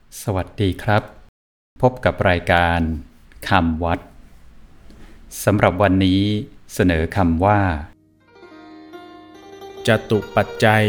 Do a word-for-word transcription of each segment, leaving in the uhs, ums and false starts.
สวัสดีครับพบกับรายการคำวัดสำหรับวันนี้เสนอคำว่าจตุปัจจัย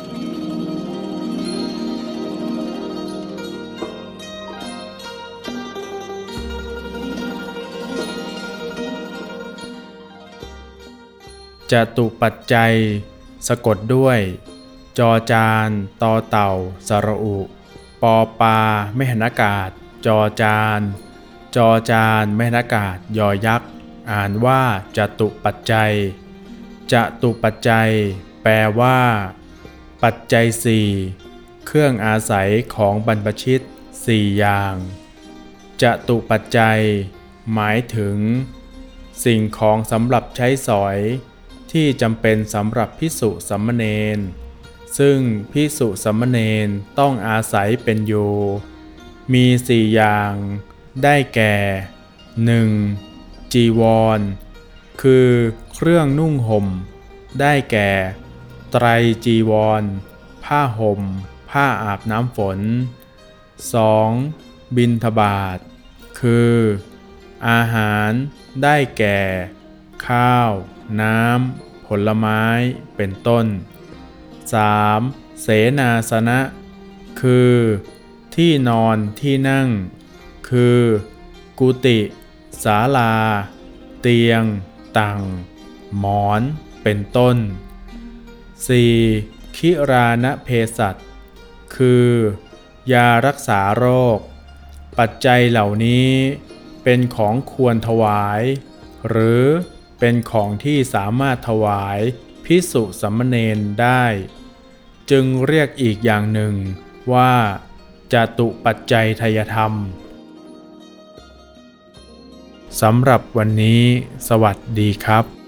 จตุปัจจัยสะกดด้วยจอจานตอเต่าสระอุปอปาไม่หันอากาศจอจานจอจานไม่หันอากาศยอยักษ์อ่านว่าจตุปัจจัยจตุปัจจัยแปลว่าปัจจัยสี่เครื่องอาศัยของบรรพชิตสี่อย่างจตุปัจจัยหมายถึงสิ่งของสำหรับใช้สอยที่จำเป็นสำหรับภิกษุสามเณรซึ่งภิกษุสามเณรต้องอาศัยเป็นอยู่มีสี่อย่างได้แก่ หนึ่ง. จีวรคือเครื่องนุ่งห่มได้แก่ไตรจีวรผ้าห่มผ้าอาบน้ำฝน สอง. บิณฑบาตคืออาหารได้แก่ข้าวน้ำผลไม้เป็นต้น สาม. เสนาสนะคือที่นอนที่นั่งคือกุฏิศาลาเตียงตั่งหมอนเป็นต้น สี่. คิราณเภสัชคือยารักษาโรคปัจจัยเหล่านี้เป็นของควรถวายหรือเป็นของที่สามารถถวายภิกษุสามเณรได้จึงเรียกอีกอย่างหนึ่งว่าจตุปัจจัยไทยธรรมสำหรับวันนี้สวัสดีครับ